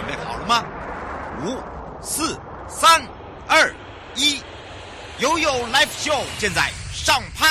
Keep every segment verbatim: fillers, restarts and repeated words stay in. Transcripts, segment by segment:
准备好了吗？五、四、三、二、一，悠悠 Live Show 现在上拍。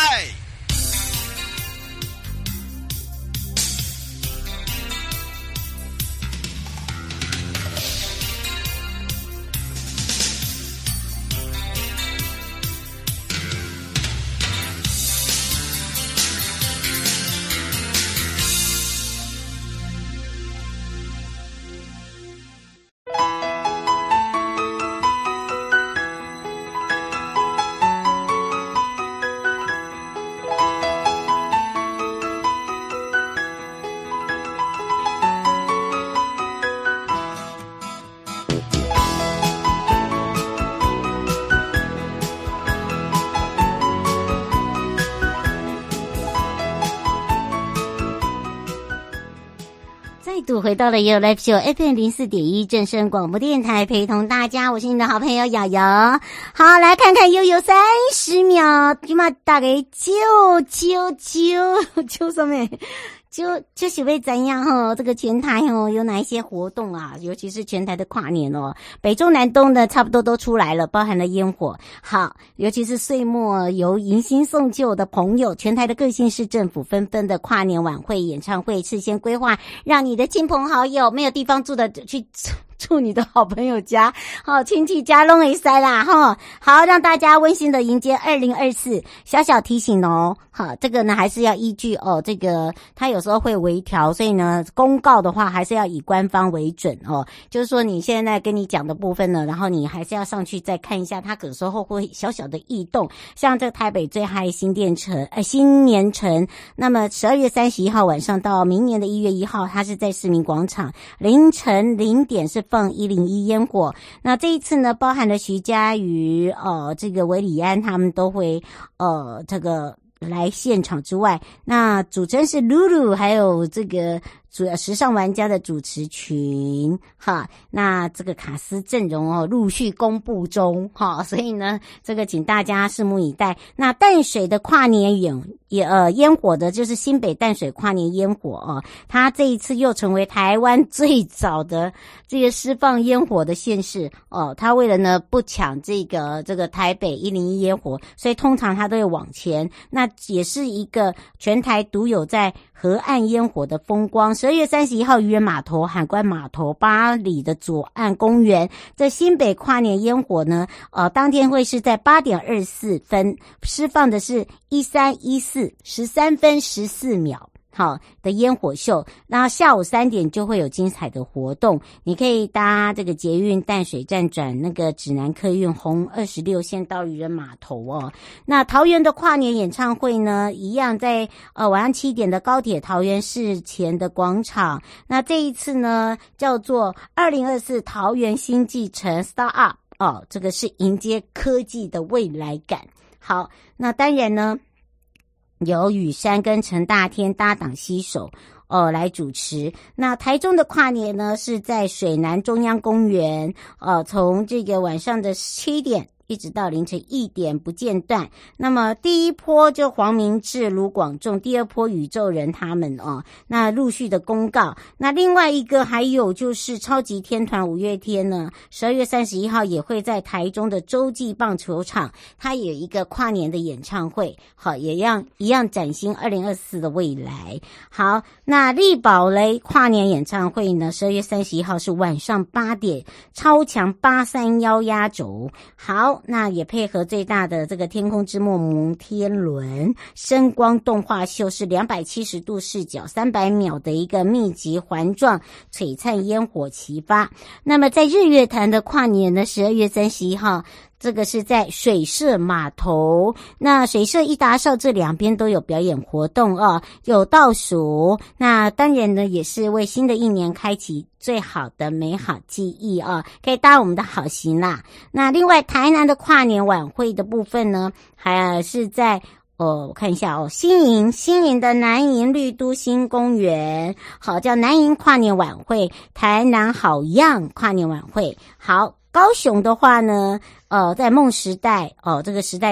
回到了悠悠 Live Show F M 零四点一正声广播电台，陪同大家，我是你的好朋友瑶瑶。好，来看看悠悠三十秒，今嘛大概九九九九什么？就就是会怎样齁？这个全台齁有哪一些活动啊？尤其是全台的跨年哦，北中南东的差不多都出来了，包含了烟火。好，尤其是岁末由迎新送旧的朋友，全台的各县市政府纷纷的跨年晚会、演唱会事先规划，让你的亲朋好友没有地方住的去住你的好朋友家，好亲戚家弄一塞啦哈，好让大家温馨的迎接二零二四。小小提醒哦，好，这个呢还是要依据哦，这个它有时候会微调，所以呢公告的话还是要以官方为准哦。就是说你现在跟你讲的部分呢，然后你还是要上去再看一下，它有时候会小小的异动。像这个台北最嗨新店城呃新年城，那么十二月三十一号晚上到明年的一月一号，它是在市民广场凌晨零点是放一零一烟火。那这一次呢，包含了徐嘉瑜、呃，这个韦礼安他们都会呃这个来现场之外，那主持人是露露，还有这个主要时尚玩家的主持群哈。那这个卡司阵容哦陆续公布中哈，所以呢，这个请大家拭目以待。那淡水的跨年演也呃烟火的就是新北淡水跨年烟火哦，它这一次又成为台湾最早的这个释放烟火的县市哦。它为了呢不抢这个这个台北一零一烟火，所以通常它都会往前。那也是一个全台独有在河岸烟火的风光。十二月三十一号渔人码头、海关码头、八里的左岸公园，这新北跨年烟火呢，呃，当天会是在八点二十四分释放的是一三一四十三分十四秒。好的烟火秀，那下午三点就会有精彩的活动，你可以搭这个捷运淡水站转那个指南客运红二十六线到渔人码头哦。那桃园的跨年演唱会呢，一样在呃晚上七点的高铁桃园市前的广场。那这一次呢，叫做二零二四桃园新纪城 Start Up 哦，这个是迎接科技的未来感。好，那当然呢，由雨山跟陈大天搭档携手呃来主持。那台中的跨年呢是在水南中央公园，呃从这个晚上的七点一直到凌晨一点不间断。那么第一波就黄明志、卢广仲，第二波宇宙人他们哦，那陆续的公告。那另外一个还有就是超级天团五月天呢，十二月三十一号也会在台中的洲际棒球场，它有一个跨年的演唱会，好，也一样一样崭新二零二四的未来。好，那力宝雷跨年演唱会呢，十二月三十一号是晚上八点，超强八三一压轴。好，那也配合最大的这个天空之墨摩天轮声光动画秀，是两百七十度视角三百秒的一个密集环状璀璨烟火齐发。那么在日月潭的跨年呢，十二月三十一号这个是在水社码头，那水社一达邵这两边都有表演活动哦，有倒数，那当然呢也是为新的一年开启最好的美好记忆哦，可以搭我们的好行啦。那另外台南的跨年晚会的部分呢，还是在哦，我看一下哦，新营新营的南营绿都新公园，好，叫南营跨年晚会，台南好样跨年晚会。好，高雄的话呢，呃，在梦时代哦，这个时代大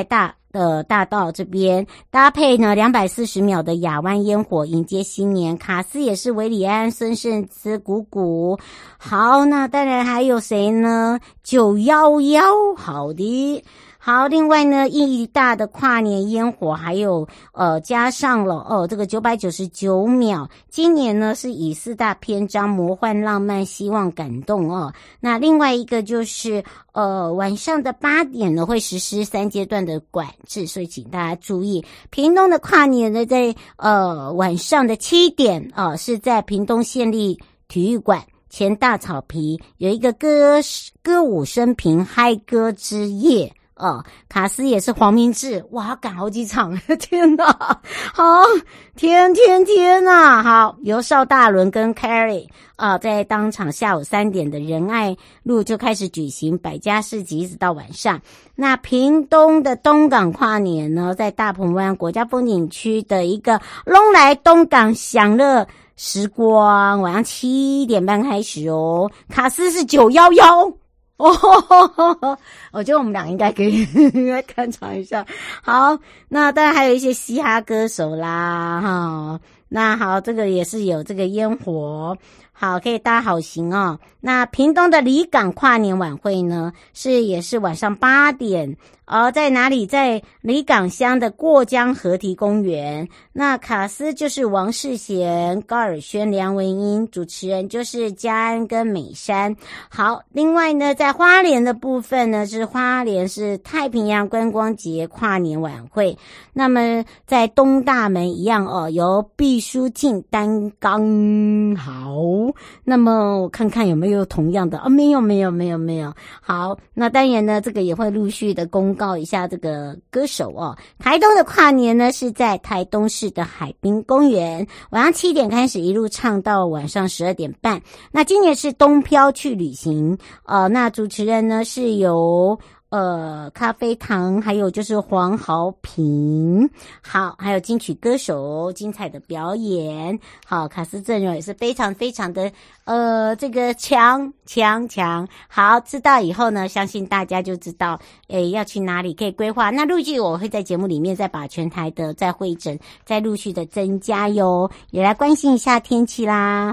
的大道这边，搭配呢两百四十秒的亚湾烟火迎接新年。卡斯也是韦礼安、孙盛慈、谷谷。好，那当然还有谁呢？九一一，好的。好，另外呢，义大的跨年烟火还有呃加上了哦这个九百九十九秒。今年呢是以四大篇章魔幻、浪漫、希望、感动哦。那另外一个就是呃晚上的八点呢会实施三阶段的管制，所以请大家注意。屏东的跨年呢在呃晚上的七点啊、呃、是在屏东县立体育馆前大草皮有一个歌歌舞升平嗨歌之夜。哦，卡斯也是黄明志，哇，赶好几场，天哪，好，天天天哪，好，由邵大伦跟 Carrie 啊、呃，在当场下午三点的仁爱路就开始举行百家市集，一直到晚上。那屏东的东港跨年呢，在大鹏湾国家风景区的一个龙来东港享乐时光，晚上七点半开始哦。卡斯是九一一。哦，我觉得我们俩应该可以来看场一下。好，那当然还有一些嘻哈歌手啦，哈。那好，这个也是有这个烟火，好，可以搭好行哦。那屏东的离港跨年晚会呢，是也是晚上八点，哦，在哪里？在离港乡的过江河堤公园。那卡斯就是王世贤、高尔宣、梁文音，主持人就是嘉安跟美山。好，另外呢，在花莲的部分呢，是花莲是太平洋观光节跨年晚会。那么在东大门一样哦，由毕书尽担纲。好，那么我看看有没有同样的啊？没有，没有，没有，没有。好，那当然呢，这个也会陆续的公告一下这个歌手哦。台东的跨年呢是在台东市的海滨公园，晚上七点开始，一路唱到晚上十二点半。那今年是东漂去旅行，呃，那主持人呢是由呃，咖啡糖，还有就是黄豪平，好，还有金曲歌手精彩的表演，好，卡斯阵容也是非常非常的呃，这个强强强，好，知道以后呢，相信大家就知道，诶，要去哪里可以规划。那陆续我会在节目里面再把全台的再会诊，再陆续的增加哟，也来关心一下天气啦。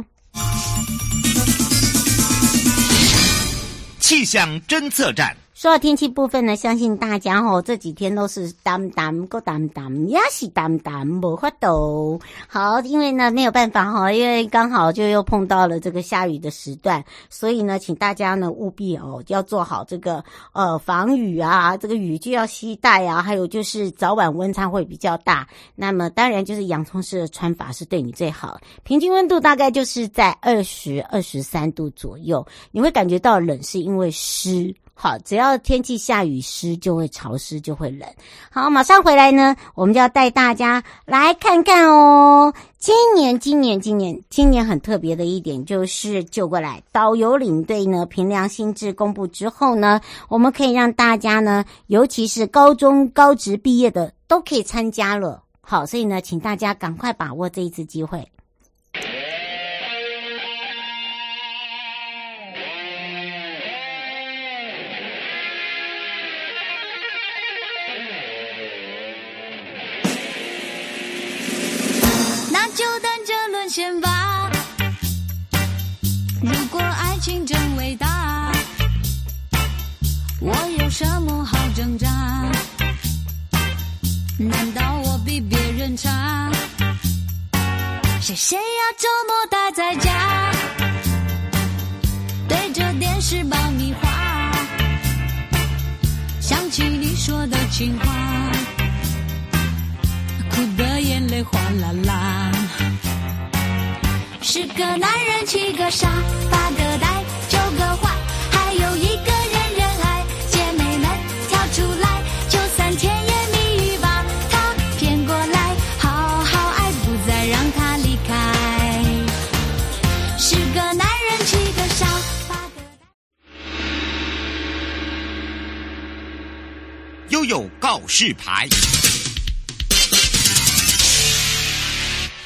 气象侦测站。 说到天气部分呢，相信大家吼、哦、这几天都是淡淡够淡淡，也是淡淡没法度。好，因为呢没有办法哈、哦，因为刚好就又碰到了这个下雨的时段，所以呢，请大家呢务必哦要做好这个呃防雨啊，这个雨具要携带啊，还有就是早晚温差会比较大。那么当然就是洋葱式的穿法是对你最好，平均温度大概就是在二十、二十三度左右，你会感觉到冷是因为湿。好，只要天气下雨湿就会潮湿就会冷。好，马上回来呢，我们就要带大家来看看哦。今年今年今年今年很特别的一点就是就过来导游领队呢评量新制公布之后呢，我们可以让大家呢，尤其是高中高职毕业的都可以参加了。好，所以呢请大家赶快把握这一次机会。 先吧，如果爱情真伟大，我有什么好挣扎？难道我比别人差？谁谁要周末待在家，对着电视爆米花，想起你说的情话，哭的眼泪哗啦啦。十个男人七个傻，八个呆九个坏，还有一个人人爱，姐妹们跳出来，就算甜言蜜语把他骗过来，好好爱不再让他离开。十个男人七个傻，八个呆。 悠悠告示牌。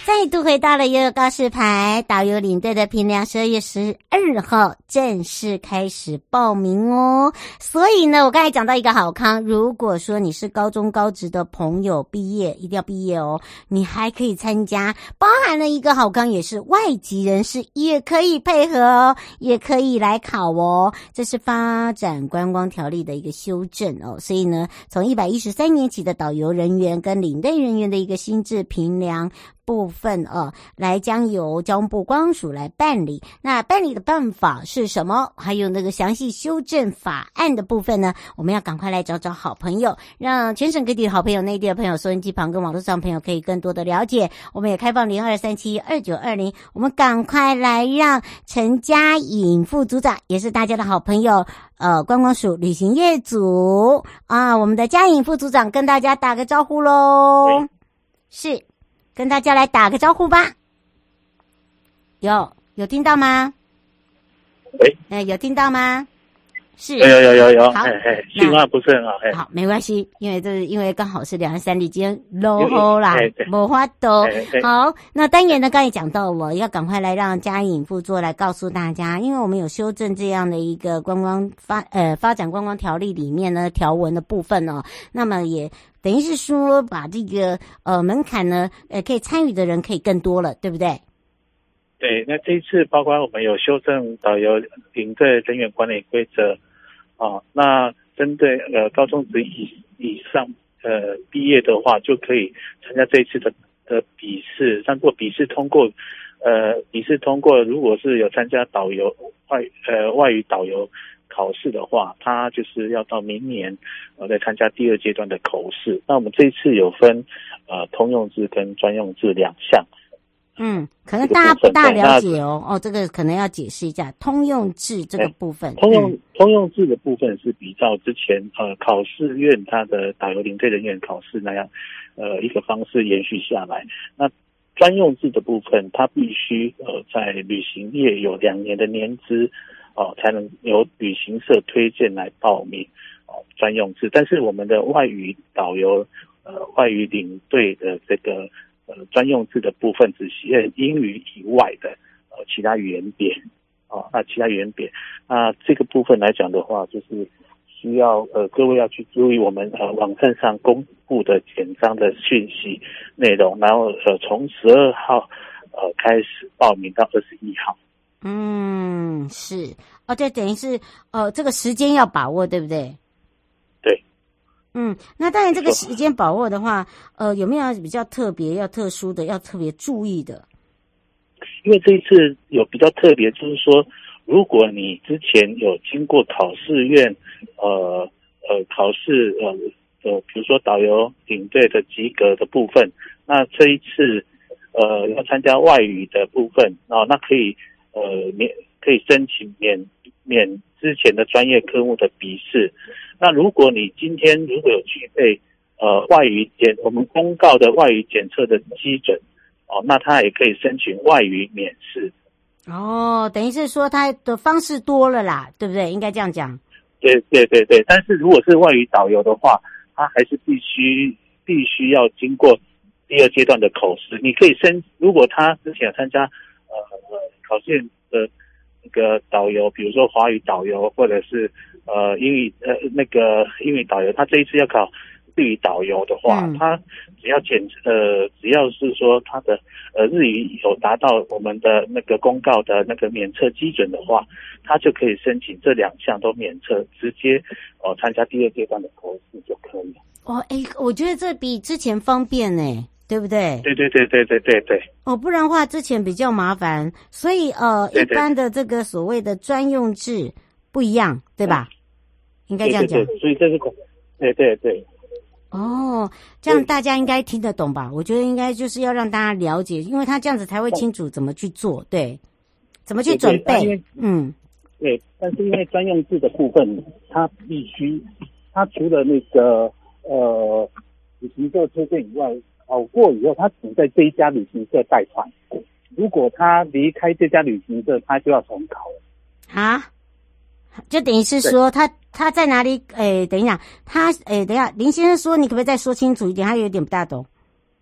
再度回到了悠悠告示牌，导游领队的评量十二月十二号正式开始报名哦。所以呢，我刚才讲到一个好康，如果说你是高中高职的朋友毕业，一定要毕业哦，你还可以参加，包含了一个好康，也是外籍人士也可以配合哦，也可以来考哦。这是发展观光条例的一个修正哦，所以呢，从一百一十三年起的导游人员跟领队人员的一个薪资评量部分哦，来将由交通部观光署来办理。那办理的办法是什么？还有那个详细修正法案的部分呢？我们要赶快来找找好朋友，让全省各地的好朋友、内地的朋友、收音机旁跟网络上的朋友可以更多的了解。我们也开放零二三七二九二零，我们赶快来让陈嘉颖副组长，也是大家的好朋友，呃，观光署旅行业组啊，我们的嘉颖副组长跟大家打个招呼喽。是。跟大家来打个招呼吧，有有听到吗？ 喂， 呃，有听到吗？是， 有有有有， 好， 嘿嘿，信号不是很好，嘿， 好，没关系，因为这是因为刚好是两岸三地今天落雨啦，没法度。好，那单元呢，刚才讲到了，要赶快来让嘉颖副座来告诉大家，因为我们有修正这样的一个观光发呃发展观光条例里面呢条文的部分哦，那么也等于是说把这个呃门槛呢，呃可以参与的人可以更多了，对不对？ 对，那这一次包括我们有修正导游领队人员管理规则。哦，那针对呃高中职以以上呃毕业的话，就可以参加这一次的的笔试。但如果笔试通过，呃笔试通过，如果是有参加导游外呃外语导游考试的话，他就是要到明年呃再参加第二阶段的口试。那我们这一次有分呃通用制跟专用制两项。 嗯，可能大家不大了解哦。哦，这个可能要解释一下通用制这个部分。 通用、嗯、通用制的部分是比照之前呃考试院它的导游领队人员考试那样呃一个方式延续下来。那专用制的部分，它必须呃在旅行业有两年的年资哦、呃，才能由旅行社推荐来报名哦、呃、专用制。但是我们的外语导游呃外语领队的这个。呃，专用制的部分只限英语以外的呃其他语言别，哦，那其他语言别，那这个部分来讲的话，就是需要呃各位要去注意我们呃网站上公布的简章的讯息内容，然后呃从十二号呃开始报名到二十一号。 嗯，是哦，这等于是呃这个时间要把握，对不对？ 对。 嗯，那当然这个时间把握的话，呃，有没有比较特别、要特殊的、要特别注意的？ 因为这一次有比较特别，就是说，如果你之前有经过考试院，呃呃考试呃呃，比如说导游领队的及格的部分，那这一次呃要参加外语的部分，哦，那可以呃免可以申请免免之前的专业科目的笔试。那如果你今天如果有具备呃外语检我们公告的外语检测的基准哦，那他也可以申请外语免试。 哦，等于是说他的方式多了啦，对不对？应该这样讲。 对对对对，但是如果是外语导游的话，他还是必须必须要经过第二阶段的口试。你可以申，如果他之前有参加呃考试的那个导游，比如说华语导游或者是呃英语呃那个英语导游，他这一次要考日语导游的话，嗯、他只要检呃只要是说他的呃日语有达到我们的那个公告的那个免测基准的话，他就可以申请这两项都免测，直接哦、呃、参加第二阶段的口试就可以了。 哦，哎，我觉得这比之前方便呢。对不对？ 对对对对对对对。 哦，不然的话之前比较麻烦，所以呃，对对一般的这个所谓的专用制不一样，对吧？嗯、应该这样讲。 对对对，所以这是对对对。 哦，这样大家应该听得懂吧？我觉得应该就是要让大家了解，因为他这样子才会清楚怎么去做，对，怎么去准备。对对嗯， 对，但是因为专用制的部分，它必须，它除了那个呃旅行社推荐以外。考过以后，他只能在这一家旅行社带团。如果他离开这家旅行社，他就要重考了。 啊，就等于是说他他在哪里？诶，等一下，他诶，等一下，林先生说，你可不可以再说清楚一点？他有点不大懂。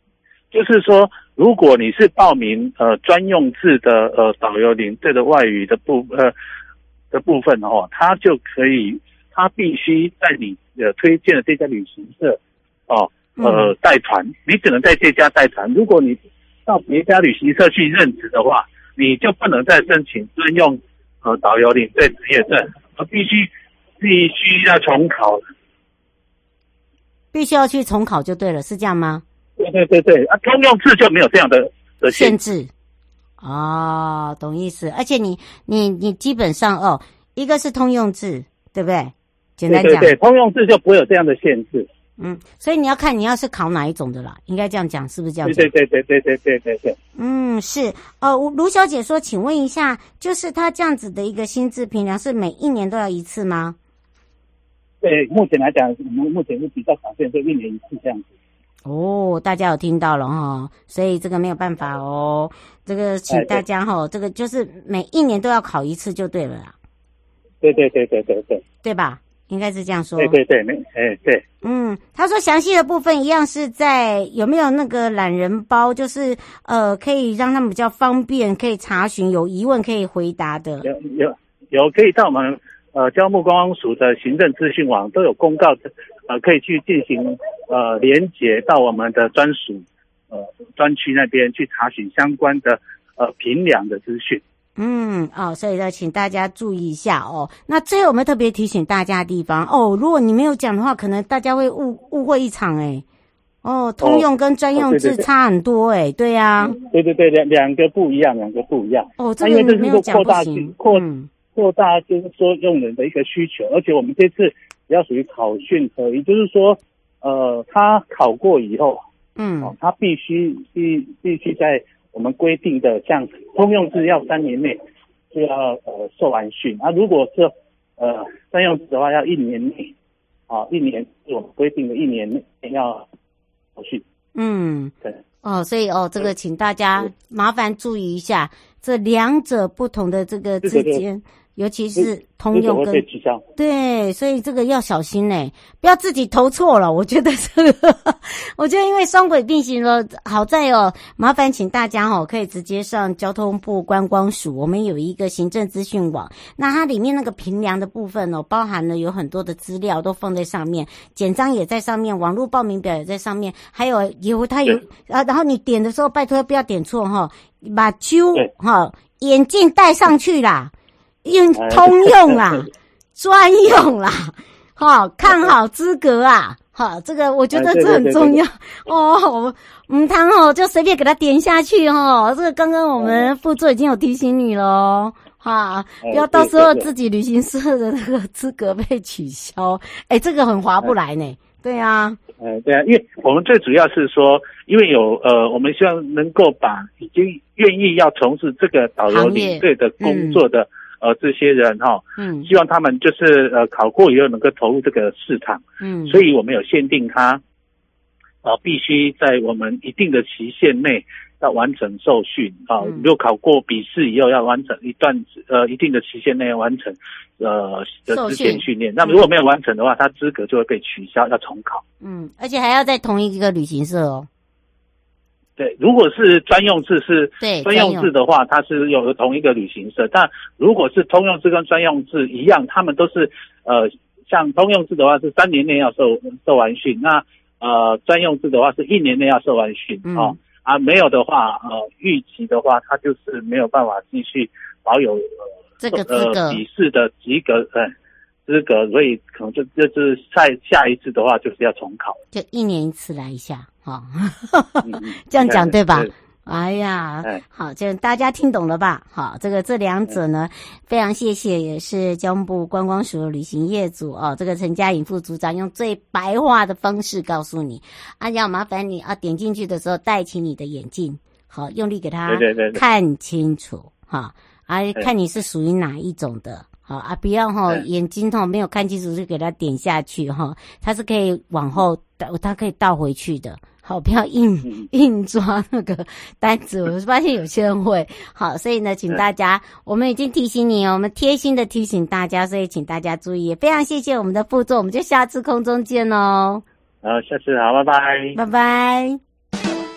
就是说，如果你是报名呃专用制的呃导游领队的外语的部呃的部分哦，他就可以，他必须在你呃推荐的这家旅行社哦呃带团，你只能在这家带团。如果你到别家旅行社去任职的话，你就不能再申请专用呃导游领队职业证，而必须必须要重考。 必须要去重考就对了，是这样吗？ 对对对对，啊，通用制就没有这样的的限制。哦，懂意思。而且你你你基本上哦，一个是通用制，对不对？简单讲， 对对对，通用制就不会有这样的限制。 嗯，所以你要看你要是考哪一种的啦，应该这样讲，是不是这样讲？ 对对对对对对对对。 嗯，是。呃，卢小姐说，请问一下，就是她这样子的一个薪资评量是每一年都要一次吗？ 对，目前来讲，我们目前是比较少见，就一年一次这样子。 哦，大家有听到了哈，所以这个没有办法哦。这个请大家哈、哎，这个就是每一年都要考一次就对了啦。 对对对对对对， 对吧？应该是这样说。 对对对，没哎对。 嗯，他说详细的部分一样是在有没有那个懒人包，就是呃可以让他们比较方便，可以查询，有疑问可以回答的。 有有有，可以到我们呃交通部观光署的行政资讯网都有公告的，呃可以去进行呃连结到我们的专属呃专区那边去查询相关的呃评量的资讯。 嗯，哦，所以呢，请大家注意一下哦。那最后我们特别提醒大家的地方哦，如果你没有讲的话，可能大家会误误会一场诶。哦，通用跟专用制差很多诶，对呀、啊。 对对对，两两个不一样，两个不一样。 哦，这个没有讲不行。 扩扩大就是说用人的一个需求，而且我们这次比较属于考训合一，就是说，呃，他考过以后，嗯，哦，他必须必必须在我们规定的像通用制要三年内就要呃受完训，啊，如果是呃专用制的话要一年内，啊，一年是我们规定的一年内要受训。 嗯，对。哦，所以哦，这个请大家麻烦注意一下这两者不同的这个之间。尤其是通用跟对，所以这个要小心嘞，不要自己投错了。我觉得这个，我觉得因为双轨并行了，好在哦，麻烦请大家哦，可以直接上交通部观光署，我们有一个行政资讯网，那它里面那个评量的部分哦，包含了有很多的资料都放在上面，简章也在上面，网络报名表也在上面，还有有它有啊，然后你点的时候拜托不要点错哈，把揪哈眼镜戴上去啦。用通用啦，专用啦，好看好资格啊，好，这个我觉得这很重要哦。嗯，汤哦，就随便给他点下去哦。这个刚刚我们副座已经有提醒你了，哈，不要到时候自己旅行社的那个资格被取消，哎，这个很划不来呢。对啊， 呃，对啊，因为我们最主要是说，因为有呃，我们希望能够把已经愿意要从事这个导游领队的工作的。呃，这些人哈、哦，嗯，希望他们就是呃考过以后能够投入这个市场，嗯，所以我们有限定他，呃，必须在我们一定的期限内要完成受训啊，如果考过笔试以后要完成一段呃一定的期限内完成呃的之前训练，那么如果没有完成的话，他资格就会被取消，要重考。 嗯，而且还要在同一个旅行社哦。 对，如果是专用制是专用制的话，它是有同一个旅行社。但如果是通用制跟专用制一样，他们都是呃，像通用制的话是三年内要受受完训，那呃专用制的话是一年内要受完训、嗯、哦啊，没有的话呃预期的话，他就是没有办法继续保有呃这个资格呃笔试的及格呃资格，所以可能就就是下下一次的话就是要重考， 就一年一次来一下。好、哦，这样讲对吧？哎呀，好，这大家听懂了吧？好，这个这两者呢，非常谢谢，也是交通部观光署的旅行业组哦，这个陈嘉颖副组长用最白话的方式告诉你，啊，要麻烦你啊，点进去的时候戴起你的眼镜，好，用力给它看清楚，哈，啊，看你是属于哪一种的。好啊，不要哈、哦、眼睛哈没有看清楚就给它点下去哈，它是可以往后倒，它可以倒回去的。好，不要硬硬抓那个单子，我发现有些人会。好，所以呢，请大家，我们已经提醒你哦，我们贴心的提醒大家，所以请大家注意，也非常谢谢我们的副座，我们就下次空中见哦。 好，下次好，拜拜， 拜拜。嗨，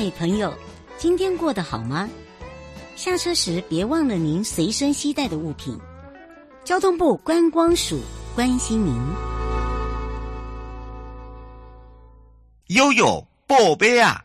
位朋友，今天过得好吗？下车时别忘了您随身携带的物品。交通部观光署关心您。 悠悠宝贝啊！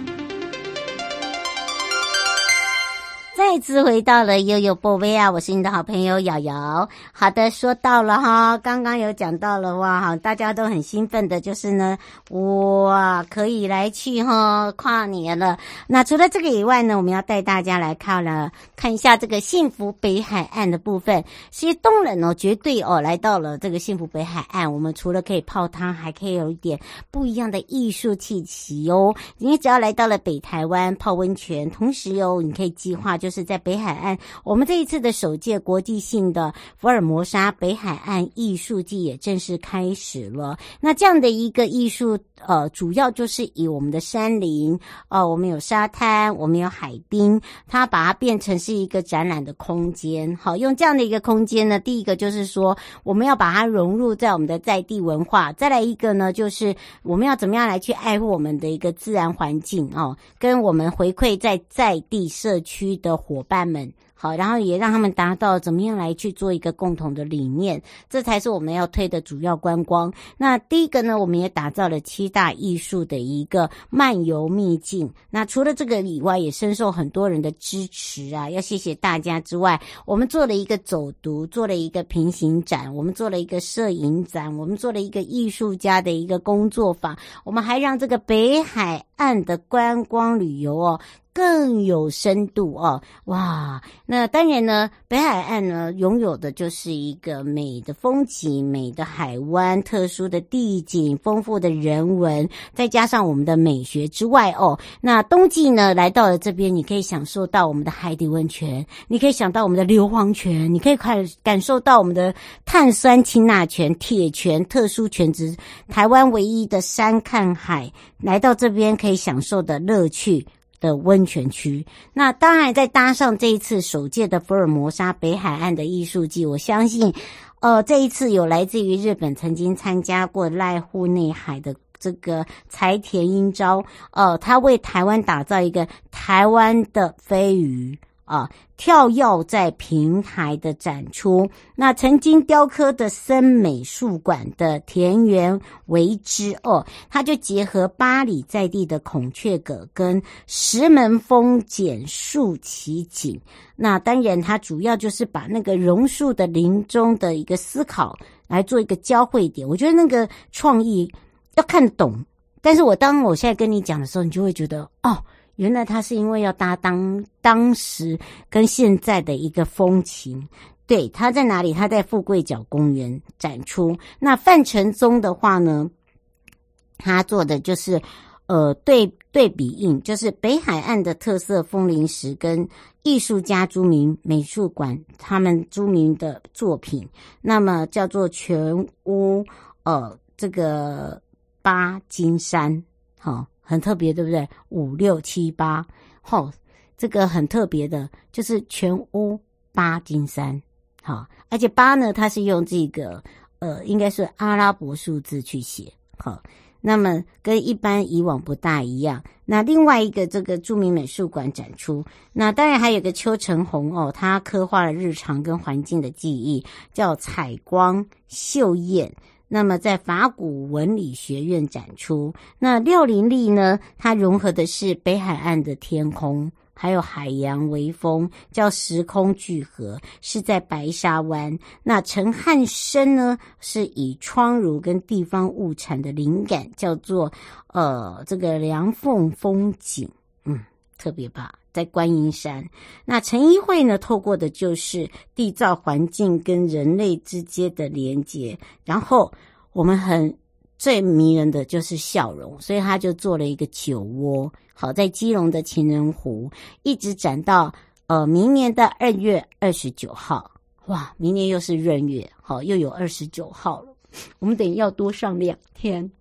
再次回到了悠悠宝贝啊，我是你的好朋友瑶瑶。好的，说到了哈，刚刚有讲到了哇，哈，大家都很兴奋的，就是呢，哇，可以来去哈跨年了。那除了这个以外呢，我们要带大家来看了看一下这个幸福北海岸的部分。其实东人哦，绝对哦，来到了这个幸福北海岸，我们除了可以泡汤，还可以有一点不一样的艺术气息哦。你只要来到了北台湾泡温泉，同时哦，你可以计划就是在北海岸，我们这一次的首届国际性的福尔摩沙北海岸艺术季也正式开始了。那这样的一个艺术，呃，主要就是以我们的山林，呃，我们有沙滩，我们有海滨，它把它变成是一个展览的空间。好，用这样的一个空间呢，第一个就是说，我们要把它融入在我们的在地文化。再来一个呢，就是我们要怎么样来去爱护我们的一个自然环境哦，跟我们回馈在在地社区的伙伴们。好，然后也让他们达到怎么样来去做一个共同的理念，这才是我们要推的主要观光。那第一个呢，我们也打造了七大艺术的一个漫游秘境。那除了这个以外，也深受很多人的支持啊，要谢谢大家之外，我们做了一个走读，做了一个平行展，我们做了一个摄影展，我们做了一个艺术家的一个工作坊，我们还让这个北海岸的观光旅游哦更有深度哦，哇！那当然呢，北海岸呢拥有的就是一个美的风景、美的海湾、特殊的地景、丰富的人文，再加上我们的美学之外哦，那冬季呢来到了这边，你可以享受到我们的海底温泉，你可以想到我们的硫磺泉，你可以感感受到我们的碳酸氢钠泉、铁泉、特殊泉质，台湾唯一的山看海，来到这边可以享受的乐趣的温泉区。那当然再搭上这一次首届的福尔摩沙北海岸的艺术季，我相信呃，这一次有来自于日本曾经参加过濑户内海的这个柴田英昭，呃，他为台湾打造一个台湾的飞鱼啊，跳跃在平台的展出。那曾经雕刻的森美术馆的田园为之哦，它就结合八里在地的孔雀葛跟石门峰简树奇景。那当然它主要就是把那个榕树的林中的一个思考来做一个交汇点。我觉得那个创意要看得懂，但是我当我现在跟你讲的时候，你就会觉得哦，原来它是因为要搭当当时跟现在的一个风情。对，它在哪里？它在富贵角公园展出。那范承宗的话呢，他做的就是呃对对比印，就是北海岸的特色风铃石跟艺术家朱明美术馆他们朱明的作品，那么叫做全屋呃这个八金山，好、哦。很特别，对不对？五六七八，吼，这个很特别的，就是全屋八金山，好，而且八呢，它是用这个呃，应该是阿拉伯数字去写，好，那么跟一般以往不大一样。那另外一个这个著名美术馆展出，那当然还有个邱成红哦，他刻画了日常跟环境的记忆，叫采光秀艳。那么在法古文理学院展出。那廖林丽呢，它融合的是北海岸的天空还有海洋微风，叫时空聚合，是在白沙湾。那陈汉生呢，是以窗儒跟地方物产的灵感，叫做呃这个梁凤风景，嗯，特别吧，在观音山。那陈一慧呢，透过的就是缔造环境跟人类之间的连结，然后我们很最迷人的就是笑容，所以他就做了一个酒窝，好，在基隆的情人湖一直展到呃明年的二月二十九号。哇，明年又是闰月，好，又有二十九号了，我们等于要多上两天。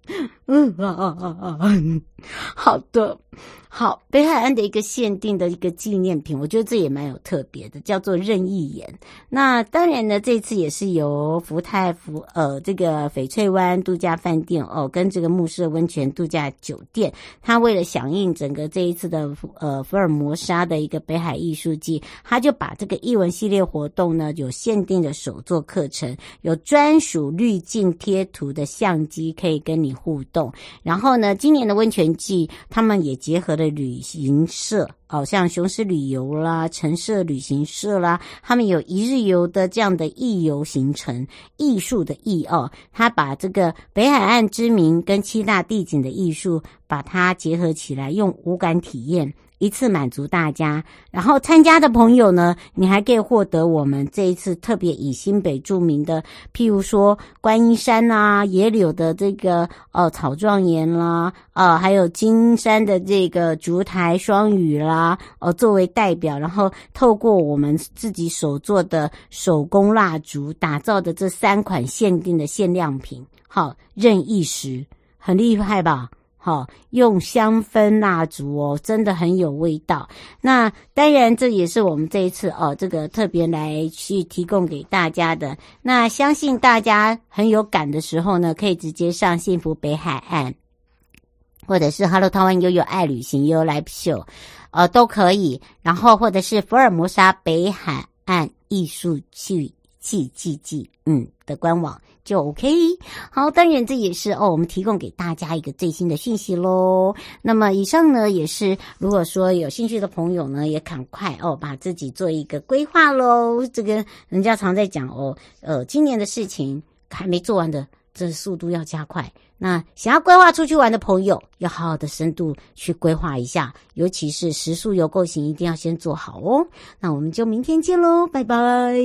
嗯啊啊啊啊！好的，好，北海岸的一个限定的一个纪念品，我觉得这也蛮有特别的，叫做任意眼。那当然呢，这次也是由福泰福呃这个翡翠湾度假饭店哦，跟这个木舍温泉度假酒店，它为了响应整个这一次的呃福尔摩沙的一个北海艺术季，它就把这个艺文系列活动呢，有限定的手作课程，有专属滤镜贴图的相机可以跟你互动。然后呢，今年的温泉季，他们也结合了旅行社，哦，像雄狮旅游啦、城社旅行社啦，他们有一日游的这样的艺游行程，艺术的艺哦，他把这个北海岸知名跟七大地景的艺术，把它结合起来，用五感体验。一次满足大家，然后参加的朋友呢，你还可以获得我们这一次特别以新北著名的，譬如说观音山啊、野柳的这个呃草状岩啦，呃还有金山的这个烛台双语啦，呃作为代表，然后透过我们自己手做的手工蜡烛打造的这三款限定的限量品，好，任意时，很厉害吧？好，用香氛蜡烛哦，真的很有味道。那当然，这也是我们这一次哦，这个特别来去提供给大家的。那相信大家很有感的时候呢，可以直接上幸福北海岸，或者是 Hello 台湾悠悠爱旅行悠悠 Live Show， 呃，都可以。然后或者是福尔摩沙北海岸艺术季季季季，嗯的官网。就 OK， 好，当然这也是哦，我们提供给大家一个最新的讯息咯。那么以上呢，也是如果说有兴趣的朋友呢，也赶快哦，把自己做一个规划咯。这个人家常在讲哦，呃，今年的事情还没做完的，这速度要加快。那想要规划出去玩的朋友，要好好的深度去规划一下，尤其是食宿游购行一定要先做好哦。那我们就明天见咯，拜拜。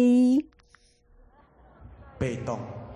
被动。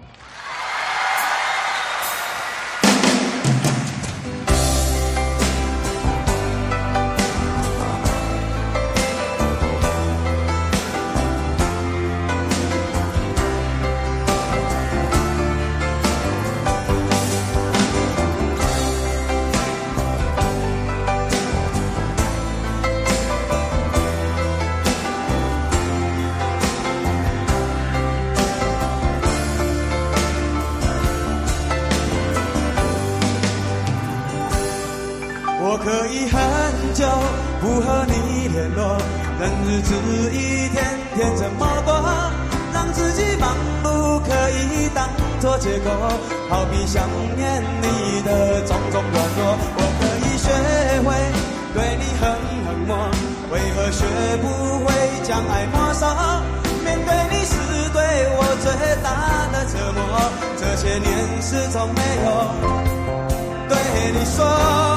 我可以很久不和你联络，但日子一天天这么多，让自己忙碌可以当作借口，好比想念你的种种软弱。我可以学会对你很冷漠，为何学不会将爱抹杀？面对你是对我最大的折磨，这些年始终没有对你说。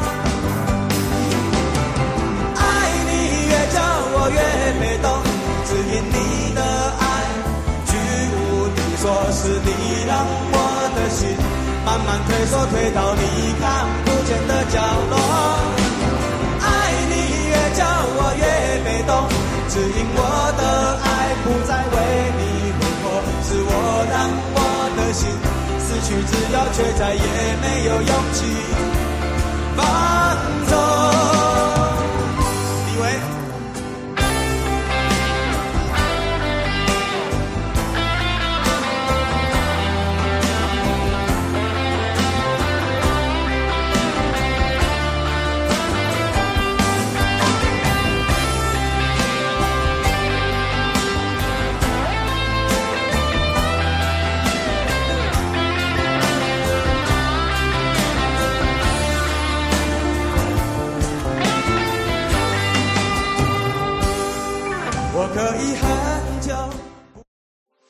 越被动，只因你的爱居无定所，是你让我的心慢慢退缩，退到你看不见的角落。爱你越叫我越被动，只因我的爱不再为你挥霍，是我让我的心失去自由，却再也没有勇气放